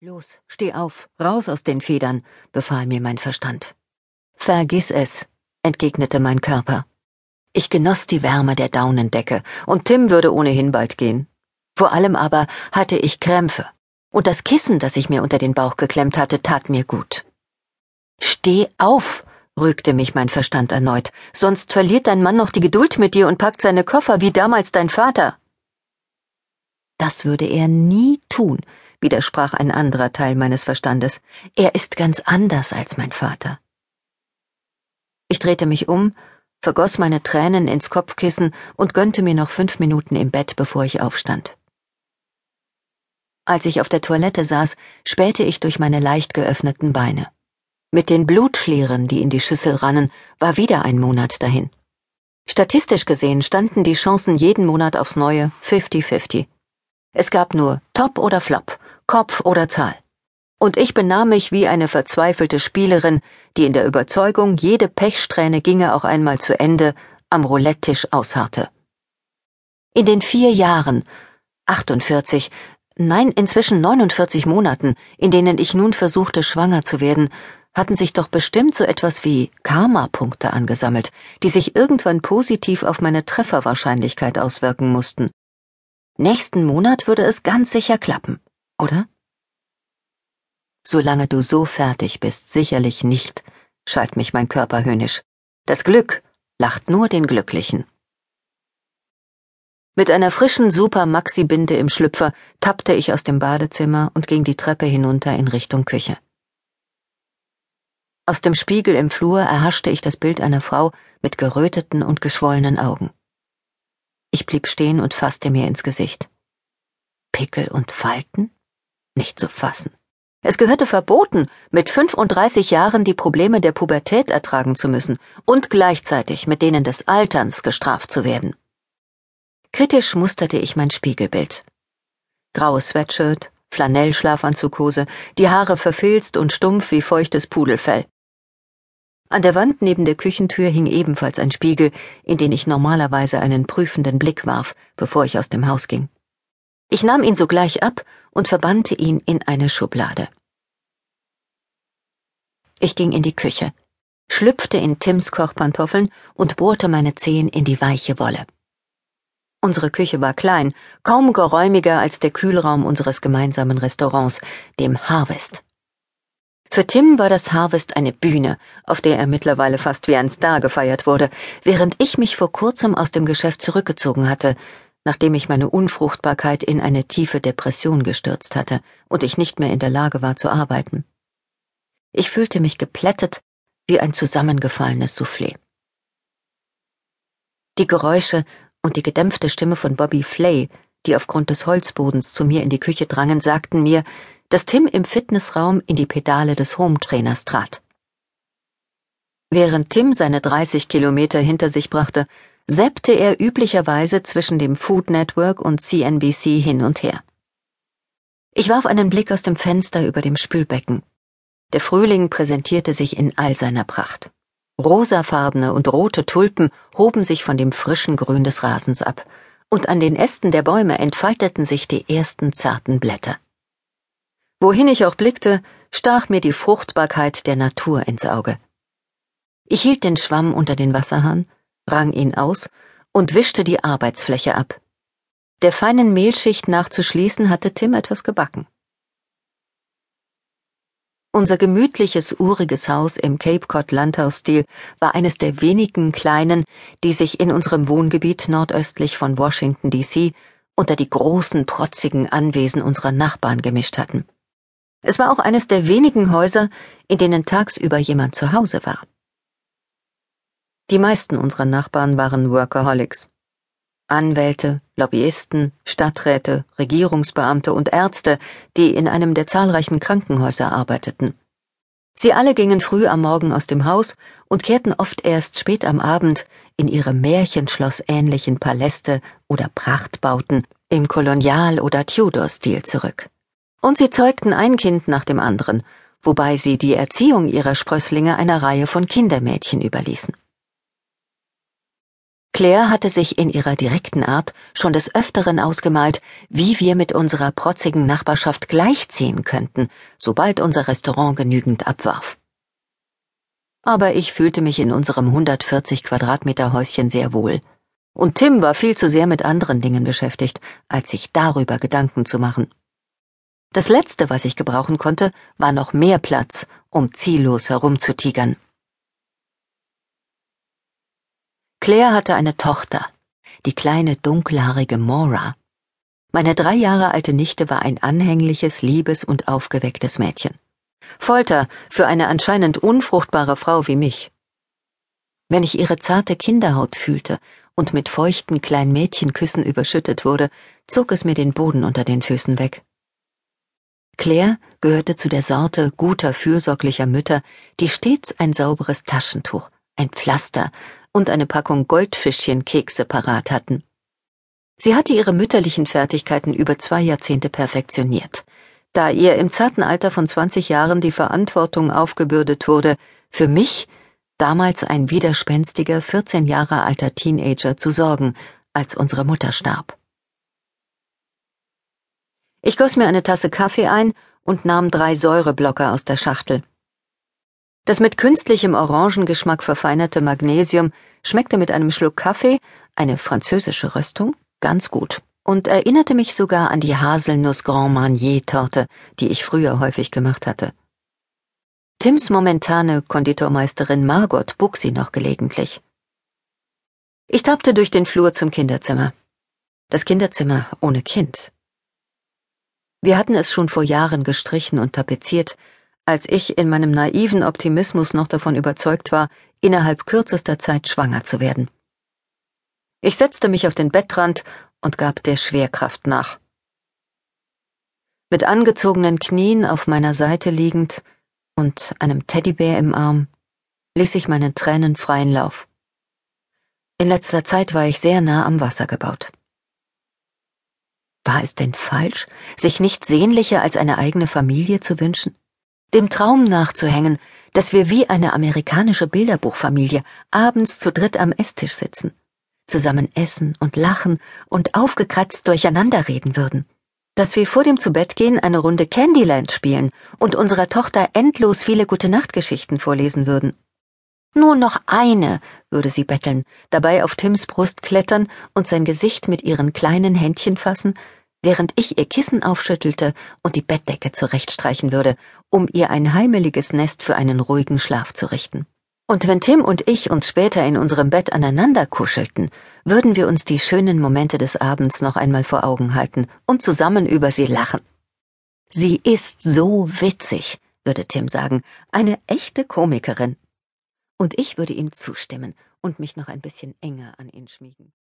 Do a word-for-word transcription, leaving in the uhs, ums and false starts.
Los, steh auf, raus aus den Federn, befahl mir mein Verstand. Vergiss es, entgegnete mein Körper. Ich genoss die Wärme der Daunendecke, und Tim würde ohnehin bald gehen. Vor allem aber hatte ich Krämpfe, und das Kissen, das ich mir unter den Bauch geklemmt hatte, tat mir gut. Steh auf, rügte mich mein Verstand erneut, sonst verliert dein Mann noch die Geduld mit dir und packt seine Koffer wie damals dein Vater. Das würde er nie tun, widersprach ein anderer Teil meines Verstandes. Er ist ganz anders als mein Vater. Ich drehte mich um, vergoss meine Tränen ins Kopfkissen und gönnte mir noch fünf Minuten im Bett, bevor ich aufstand. Als ich auf der Toilette saß, spähte ich durch meine leicht geöffneten Beine. Mit den Blutschlieren, die in die Schüssel rannen, war wieder ein Monat dahin. Statistisch gesehen standen die Chancen jeden Monat aufs Neue fifty fifty. Es gab nur Top oder Flop, Kopf oder Zahl. Und ich benahm mich wie eine verzweifelte Spielerin, die in der Überzeugung, jede Pechsträhne ginge auch einmal zu Ende, am Roulette-Tisch ausharrte. In den vier Jahren, achtundvierzig, nein, inzwischen neunundvierzig Monaten, in denen ich nun versuchte, schwanger zu werden, hatten sich doch bestimmt so etwas wie Karma-Punkte angesammelt, die sich irgendwann positiv auf meine Trefferwahrscheinlichkeit auswirken mussten. Nächsten Monat würde es ganz sicher klappen, oder? Solange du so fertig bist, sicherlich nicht, schalt mich mein Körper höhnisch. Das Glück lacht nur den Glücklichen. Mit einer frischen Super-Maxi-Binde im Schlüpfer tappte ich aus dem Badezimmer und ging die Treppe hinunter in Richtung Küche. Aus dem Spiegel im Flur erhaschte ich das Bild einer Frau mit geröteten und geschwollenen Augen. Ich blieb stehen und fasste mir ins Gesicht. Pickel und Falten? Nicht zu fassen. Es gehörte verboten, mit fünfunddreißig Jahren die Probleme der Pubertät ertragen zu müssen und gleichzeitig mit denen des Alterns gestraft zu werden. Kritisch musterte ich mein Spiegelbild. Graues Sweatshirt, Flanellschlafanzughose, die Haare verfilzt und stumpf wie feuchtes Pudelfell. An der Wand neben der Küchentür hing ebenfalls ein Spiegel, in den ich normalerweise einen prüfenden Blick warf, bevor ich aus dem Haus ging. Ich nahm ihn sogleich ab und verbannte ihn in eine Schublade. Ich ging in die Küche, schlüpfte in Tims Kochpantoffeln und bohrte meine Zehen in die weiche Wolle. Unsere Küche war klein, kaum geräumiger als der Kühlraum unseres gemeinsamen Restaurants, dem Harvest. Für Tim war das Harvest eine Bühne, auf der er mittlerweile fast wie ein Star gefeiert wurde, während ich mich vor kurzem aus dem Geschäft zurückgezogen hatte, nachdem ich meine Unfruchtbarkeit in eine tiefe Depression gestürzt hatte und ich nicht mehr in der Lage war zu arbeiten. Ich fühlte mich geplättet wie ein zusammengefallenes Soufflé. Die Geräusche und die gedämpfte Stimme von Bobby Flay, die aufgrund des Holzbodens zu mir in die Küche drangen, sagten mir, dass Tim im Fitnessraum in die Pedale des Hometrainers trat. Während Tim seine dreißig Kilometer hinter sich brachte, zappte er üblicherweise zwischen dem Food Network und C N B C hin und her. Ich warf einen Blick aus dem Fenster über dem Spülbecken. Der Frühling präsentierte sich in all seiner Pracht. Rosafarbene und rote Tulpen hoben sich von dem frischen Grün des Rasens ab, und an den Ästen der Bäume entfalteten sich die ersten zarten Blätter. Wohin ich auch blickte, stach mir die Fruchtbarkeit der Natur ins Auge. Ich hielt den Schwamm unter den Wasserhahn, rang ihn aus und wischte die Arbeitsfläche ab. Der feinen Mehlschicht nachzuschließen hatte Tim etwas gebacken. Unser gemütliches, uriges Haus im Cape Cod Landhausstil war eines der wenigen kleinen, die sich in unserem Wohngebiet nordöstlich von Washington D C unter die großen, protzigen Anwesen unserer Nachbarn gemischt hatten. Es war auch eines der wenigen Häuser, in denen tagsüber jemand zu Hause war. Die meisten unserer Nachbarn waren Workaholics. Anwälte, Lobbyisten, Stadträte, Regierungsbeamte und Ärzte, die in einem der zahlreichen Krankenhäuser arbeiteten. Sie alle gingen früh am Morgen aus dem Haus und kehrten oft erst spät am Abend in ihre märchenschlossähnlichen Paläste oder Prachtbauten im Kolonial- oder Tudor-Stil zurück. Und sie zeugten ein Kind nach dem anderen, wobei sie die Erziehung ihrer Sprösslinge einer Reihe von Kindermädchen überließen. Claire hatte sich in ihrer direkten Art schon des Öfteren ausgemalt, wie wir mit unserer protzigen Nachbarschaft gleichziehen könnten, sobald unser Restaurant genügend abwarf. Aber ich fühlte mich in unserem hundertvierzig Quadratmeter Häuschen sehr wohl. Und Tim war viel zu sehr mit anderen Dingen beschäftigt, als sich darüber Gedanken zu machen. Das Letzte, was ich gebrauchen konnte, war noch mehr Platz, um ziellos herumzutigern. Claire hatte eine Tochter, die kleine dunkelhaarige Maura. Meine drei Jahre alte Nichte war ein anhängliches, liebes und aufgewecktes Mädchen. Folter für eine anscheinend unfruchtbare Frau wie mich. Wenn ich ihre zarte Kinderhaut fühlte und mit feuchten kleinen Mädchenküssen überschüttet wurde, zog es mir den Boden unter den Füßen weg. Claire gehörte zu der Sorte guter, fürsorglicher Mütter, die stets ein sauberes Taschentuch, ein Pflaster und eine Packung Goldfischchenkekse parat hatten. Sie hatte ihre mütterlichen Fertigkeiten über zwei Jahrzehnte perfektioniert, da ihr im zarten Alter von zwanzig Jahren die Verantwortung aufgebürdet wurde, für mich, damals ein widerspenstiger, vierzehn Jahre alter Teenager, zu sorgen, als unsere Mutter starb. Ich goss mir eine Tasse Kaffee ein und nahm drei Säureblocker aus der Schachtel. Das mit künstlichem Orangengeschmack verfeinerte Magnesium schmeckte mit einem Schluck Kaffee, eine französische Röstung, ganz gut und erinnerte mich sogar an die Haselnuss-Grand Marnier-Torte, die ich früher häufig gemacht hatte. Tims momentane Konditormeisterin Margot buk sie noch gelegentlich. Ich tappte durch den Flur zum Kinderzimmer. Das Kinderzimmer ohne Kind. Wir hatten es schon vor Jahren gestrichen und tapeziert, als ich in meinem naiven Optimismus noch davon überzeugt war, innerhalb kürzester Zeit schwanger zu werden. Ich setzte mich auf den Bettrand und gab der Schwerkraft nach. Mit angezogenen Knien auf meiner Seite liegend und einem Teddybär im Arm, ließ ich meinen Tränen freien Lauf. In letzter Zeit war ich sehr nah am Wasser gebaut. War es denn falsch, sich nicht sehnlicher als eine eigene Familie zu wünschen? Dem Traum nachzuhängen, dass wir wie eine amerikanische Bilderbuchfamilie abends zu dritt am Esstisch sitzen, zusammen essen und lachen und aufgekratzt durcheinander reden würden, dass wir vor dem Zubettgehen eine Runde Candyland spielen und unserer Tochter endlos viele Gute-Nacht-Geschichten vorlesen würden. Nur noch eine, würde sie betteln, dabei auf Tims Brust klettern und sein Gesicht mit ihren kleinen Händchen fassen, während ich ihr Kissen aufschüttelte und die Bettdecke zurechtstreichen würde, um ihr ein heimeliges Nest für einen ruhigen Schlaf zu richten. Und wenn Tim und ich uns später in unserem Bett aneinander kuschelten, würden wir uns die schönen Momente des Abends noch einmal vor Augen halten und zusammen über sie lachen. Sie ist so witzig, würde Tim sagen, eine echte Komikerin. Und ich würde ihm zustimmen und mich noch ein bisschen enger an ihn schmiegen.